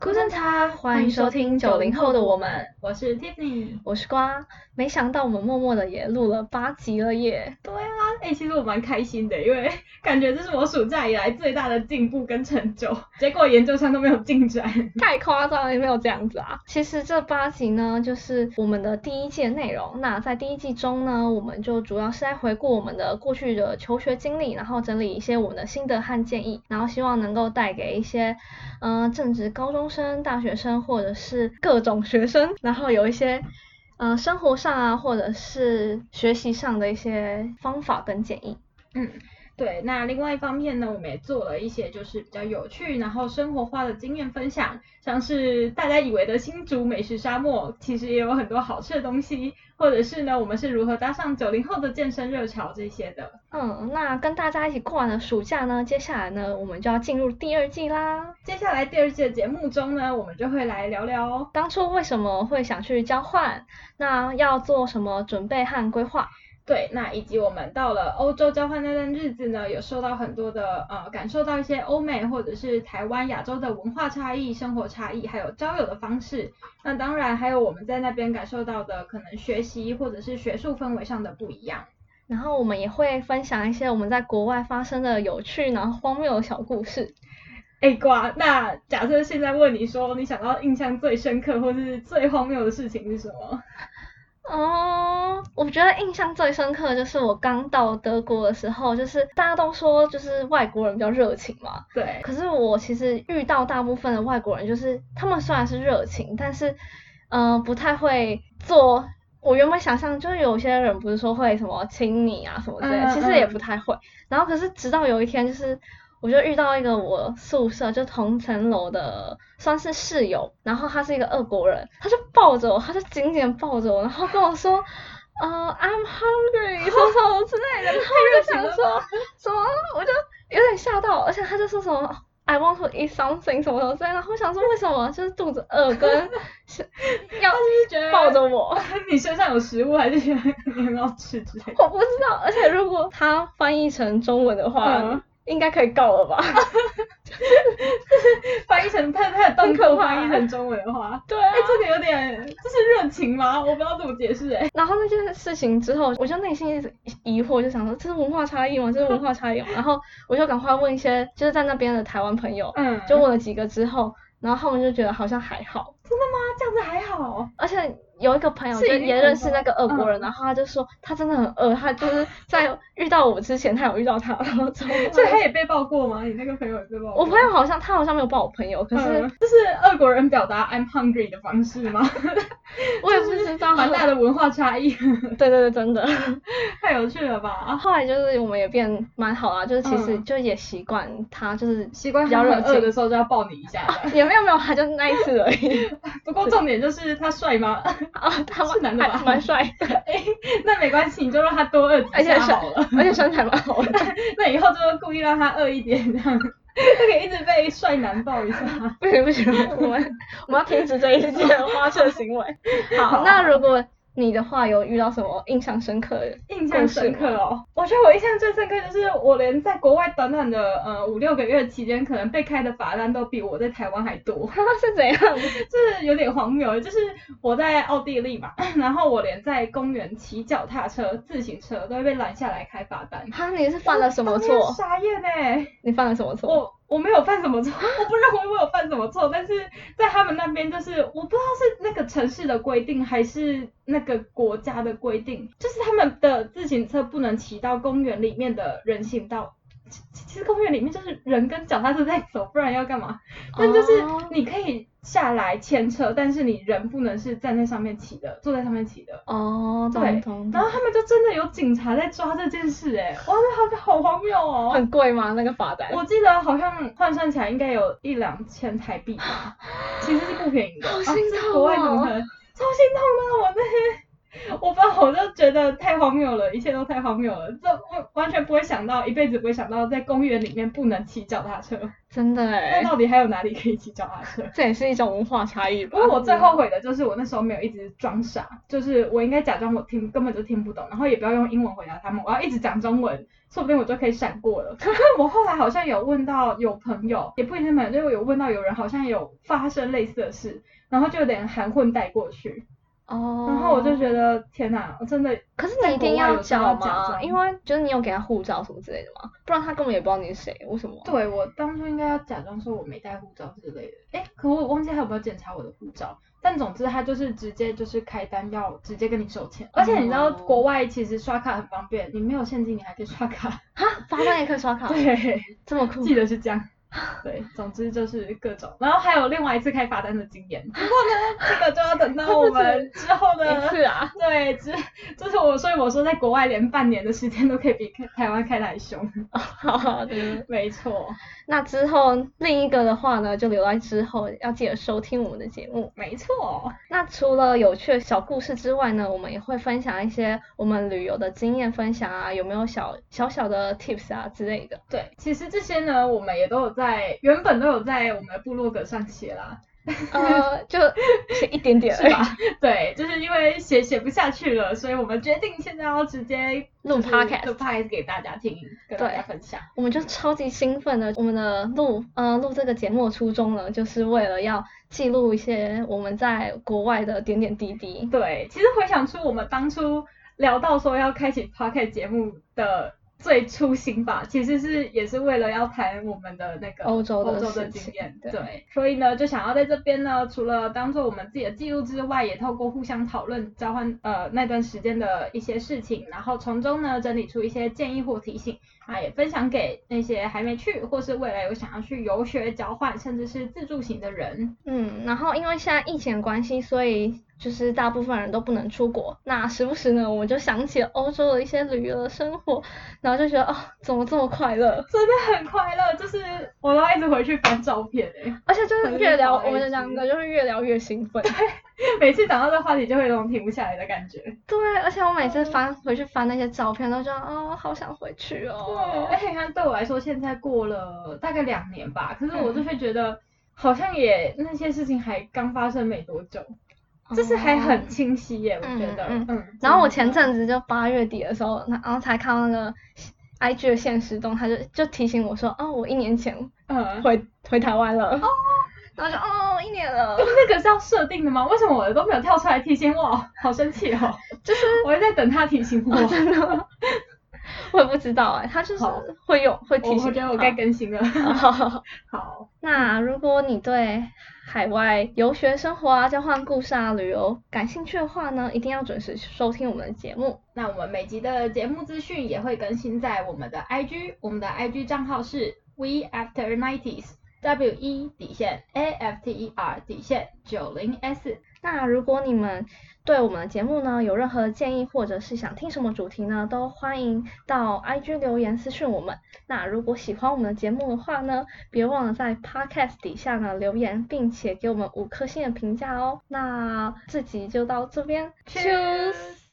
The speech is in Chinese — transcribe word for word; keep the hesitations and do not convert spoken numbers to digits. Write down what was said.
Guten Tag，欢迎收听九零后的我们， 我是 Tiffany， 我是瓜。没想到我们默默的也录了八集了耶！ 对啊，哎、欸，其实我蛮开心的，因为感觉这是我暑假以来最大的进步跟成就，结果研究生都没有进展， 太夸张了，也没有这样子啊。其实这八集呢，就是我们的第一季的内容。那在第一季中呢，我们就主要是在回顾我们的过去的求学经历，然后整理一些我们的心得和建议，然后希望能够带给一些嗯、呃、正值高中生、大学生或者是各种学生，然后有一些呃生活上啊或者是学习上的一些方法跟建议。 嗯，对，那另外一方面呢，我们也做了一些就是比较有趣然后生活化的经验分享，像是大家以为的新竹美食沙漠，其实也有很多好吃的东西，或者是呢我们是如何搭上九零后的健身热潮这些的。 嗯，那跟大家一起过完了暑假呢，接下来呢我们就要进入第二季啦。 接下来第二季的节目中呢，我们就会来聊聊当初为什么会想去交换，那要做什么准备和规划。 对，那以及我们到了欧洲交换那段日子呢，有受到很多的呃，感受到一些欧美或者是台湾、亚洲的文化差异、生活差异，还有交友的方式。那当然还有我们在那边感受到的可能学习或者是学术氛围上的不一样。 然后我们也会分享一些我们在国外发生的有趣然后荒谬的小故事。 哎瓜，那假设现在问你说，你想到印象最深刻或是最荒谬的事情是什么？ 哦，我觉得印象最深刻的就是我刚到德国的时候，就是大家都说就是外国人比较热情嘛， 对。 可是我其实遇到大部分的外国人，就是他们虽然是热情，但是嗯、呃、不太会做。我原本想象就是有些人不是说会什么亲你啊什么之类的， 嗯、 其实也不太会。然后可是直到有一天，就是我就遇到一个我宿舍就同层楼的算是室友，然后他是一个俄国人，他就抱着我，他就紧紧抱着我，然后跟我说呃 I'm hungry 什么什么之类的，然后我就想说什么，我就有点吓到，而且他就说什么I want to eat something 什么什么之类的，然后我想说为什么就是肚子饿跟要抱着我， 你身上有食物还是觉得你很好吃之类的？ 我不知道，而且如果他翻译成中文的话、嗯、应该可以告了吧。 翻译成他他的动作翻译成中文的话， 对啊， 哎、欸，这个有点，这是热情吗？我不知道怎么解释哎、欸。 然后那件事情之后，我就内心一直疑惑，就想说这是文化差异吗？这是文化差异吗？然后我就赶快问一些就是在那边的台湾朋友，嗯，就问了几个之后，然后他们就觉得好像还好。 真的吗？这样子还好？ 而且有一个朋友就也认识那个俄国人，嗯、然后他就说他真的很饿，他就是在遇到我之前他有遇到他，然后之后所以他也被抱过吗？你那个朋友也被抱过？ 我朋友好像他好像没有抱我朋友，可是、 嗯、这是俄国人表达 I'm hungry 的方式吗？ 我也不知道， 蛮大的文化差异。 对对对，真的太有趣了吧！ 后来就是我们也变蛮好啦，就是其实就也习惯他，就是习惯比较热情的时候就要抱你一下、 啊。也没有没有，他就那一次而已。 不过重点就是他帅吗？ 啊，他是男的吧？ 蛮帅的。 哎，那没关系，你就让他多饿几下好了。 而且身材蛮好的。 那以后就故意让他饿一点，这样就可以一直被帅男抱一下。 不行不行，我们我们要停止这一件花痴的行为。好，那如果你的话有遇到什么印象深刻的？ 印象深刻哦，我觉得我印象最深刻就是我连在国外短短的呃五六个月期间，可能被开的罚单都比我在台湾还多。 是怎样？ 就是有点荒谬，就是我在奥地利嘛，然后我连在公园骑脚踏车、自行车都会被拦下来开罚单。 哈，你是犯了什么错？ 傻眼哎！ 你犯了什么错？ 我我没有犯什么错，我不认为我有犯什么错，但是在他们那边就是我不知道是那个城市的规定还是那个国家的规定，就是他们的自行车不能骑到公园里面的人行道。其实公园里面就是人跟脚踏车在走，不然要干嘛？但就是你可以下来牵车，但是你人不能是站在上面骑的，坐在上面骑的。 哦， 对。然后他们就真的有警察在抓这件事，哎，哇，这好好荒谬哦。 很贵吗？那个罚单？ 我记得好像换算起来应该有一两千台币吧，其实是不便宜的。 好心痛哦。 啊、国外怎么可能？超心痛的，我那天。 我不知道，我就觉得太荒谬了，一切都太荒谬了，这完完全不会想到，一辈子不会想到在公园里面不能骑脚踏车。 真的哎， 那到底还有哪里可以骑脚踏车？ 这也是一种文化差异吧。 不过我最后悔的就是我那时候没有一直装傻，就是我应该假装我听根本就听不懂，然后也不要用英文回答他们，我要一直讲中文，说不定我就可以闪过了。我后来好像有问到有朋友，也不一定朋友，就有问到有人好像有发生类似的事，然后就有点含混带过去。 哦， 然后我就觉得天哪，我真的。 可是你一定要教吗？因为就是你有给他护照什么之类的吗？不然他根本也不知道你是谁，为什么？ 对，我当初应该要假装说我没带护照之类的。哎，可我忘记他有没有检查我的护照。但总之他就是直接就是开单要直接跟你收钱，而且你知道国外其实刷卡很方便，你没有现金你还可以刷卡。 哈，罚单也可以刷卡？ 对， 这么酷。 记得是这样。对，总之就是各种，然后还有另外一次开罚单的经验。不过呢，这个就要等到我们之后的一次啊。 对，之就是我，所以我说在国外连半年的时间都可以比台湾开得还凶。 好的， 没错。 那之后另一个的话呢，就留在之后，要记得收听我们的节目。 没错。 那除了有趣的小故事之外呢，我们也会分享一些我们旅游的经验分享啊，有没有小小小的 tips 啊之类的。 对，其实这些呢，我们也都有在原本都有在我们的部落格上写啦。 呃，就写一点点而已， 是吧？对，就是因为写写不下去了，所以我们决定现在要直接录 podcast， 录 podcast 给大家听，跟大家分享。 我们就超级兴奋的，我们的录呃录这个节目的初衷呢，就是为了要记录一些我们在国外的点点滴滴。 对，其实回想出我们当初聊到说要开启 podcast 节目的最初心吧，其实是也是为了要谈我们的那个欧洲的欧洲的经验， 对， 对，所以呢就想要在这边呢，除了当做我们自己的记录之外，也透过互相讨论、交换呃那段时间的一些事情，然后从中呢整理出一些建议或提醒啊，也分享给那些还没去或是未来有想要去游学、交换甚至是自助型的人。 嗯，然后因为现在疫情的关系，所以就是大部分人都不能出国，那时不时呢我们就想起了欧洲的一些旅游的生活，然后就觉得哦怎么这么快乐， 真的很快乐，就是我都要一直回去翻照片诶， 而且就是越聊我们两个就是越聊越兴奋， 对，每次讲到这个话题就会有种停不下来的感觉。 对，而且我每次翻回去翻那些照片都觉得哦好想回去哦。 对，而且你看对我来说现在过了大概两年吧，可是我就会觉得好像也那些事情还刚发生没多久。就是还很清晰耶，嗯、我觉得。嗯。嗯然后我前阵子就八月底的时候，然后才看到那个 I G 的限时动态，就就提醒我说，哦，我一年前回、嗯、回台湾了。哦。然后就哦，一年了。 那个是要设定的吗？为什么我的都没有跳出来提醒我？好生气哦！就是我在等他提醒我。 哦、真的吗？我也不知道哎、欸，他就是会用会提醒。 我觉得我该更新了。 好， 好。 那如果你对海外游学生活啊、交换故事啊、旅游感兴趣的话呢，一定要准时收听我们的节目。 那我们每集的节目资讯也会更新在我们的 I G， 我们的 I G 账号是 We After Nineties W E 底线 A F T E R 底线九零 S。 那如果你们对我们的节目呢有任何建议，或者是想听什么主题呢，都欢迎到 I G 留言私讯我们。那如果喜欢我们的节目的话呢，别忘了在 Podcast 底下呢留言，并且给我们五颗星的评价哦。那这集就到这边 ，Cheers。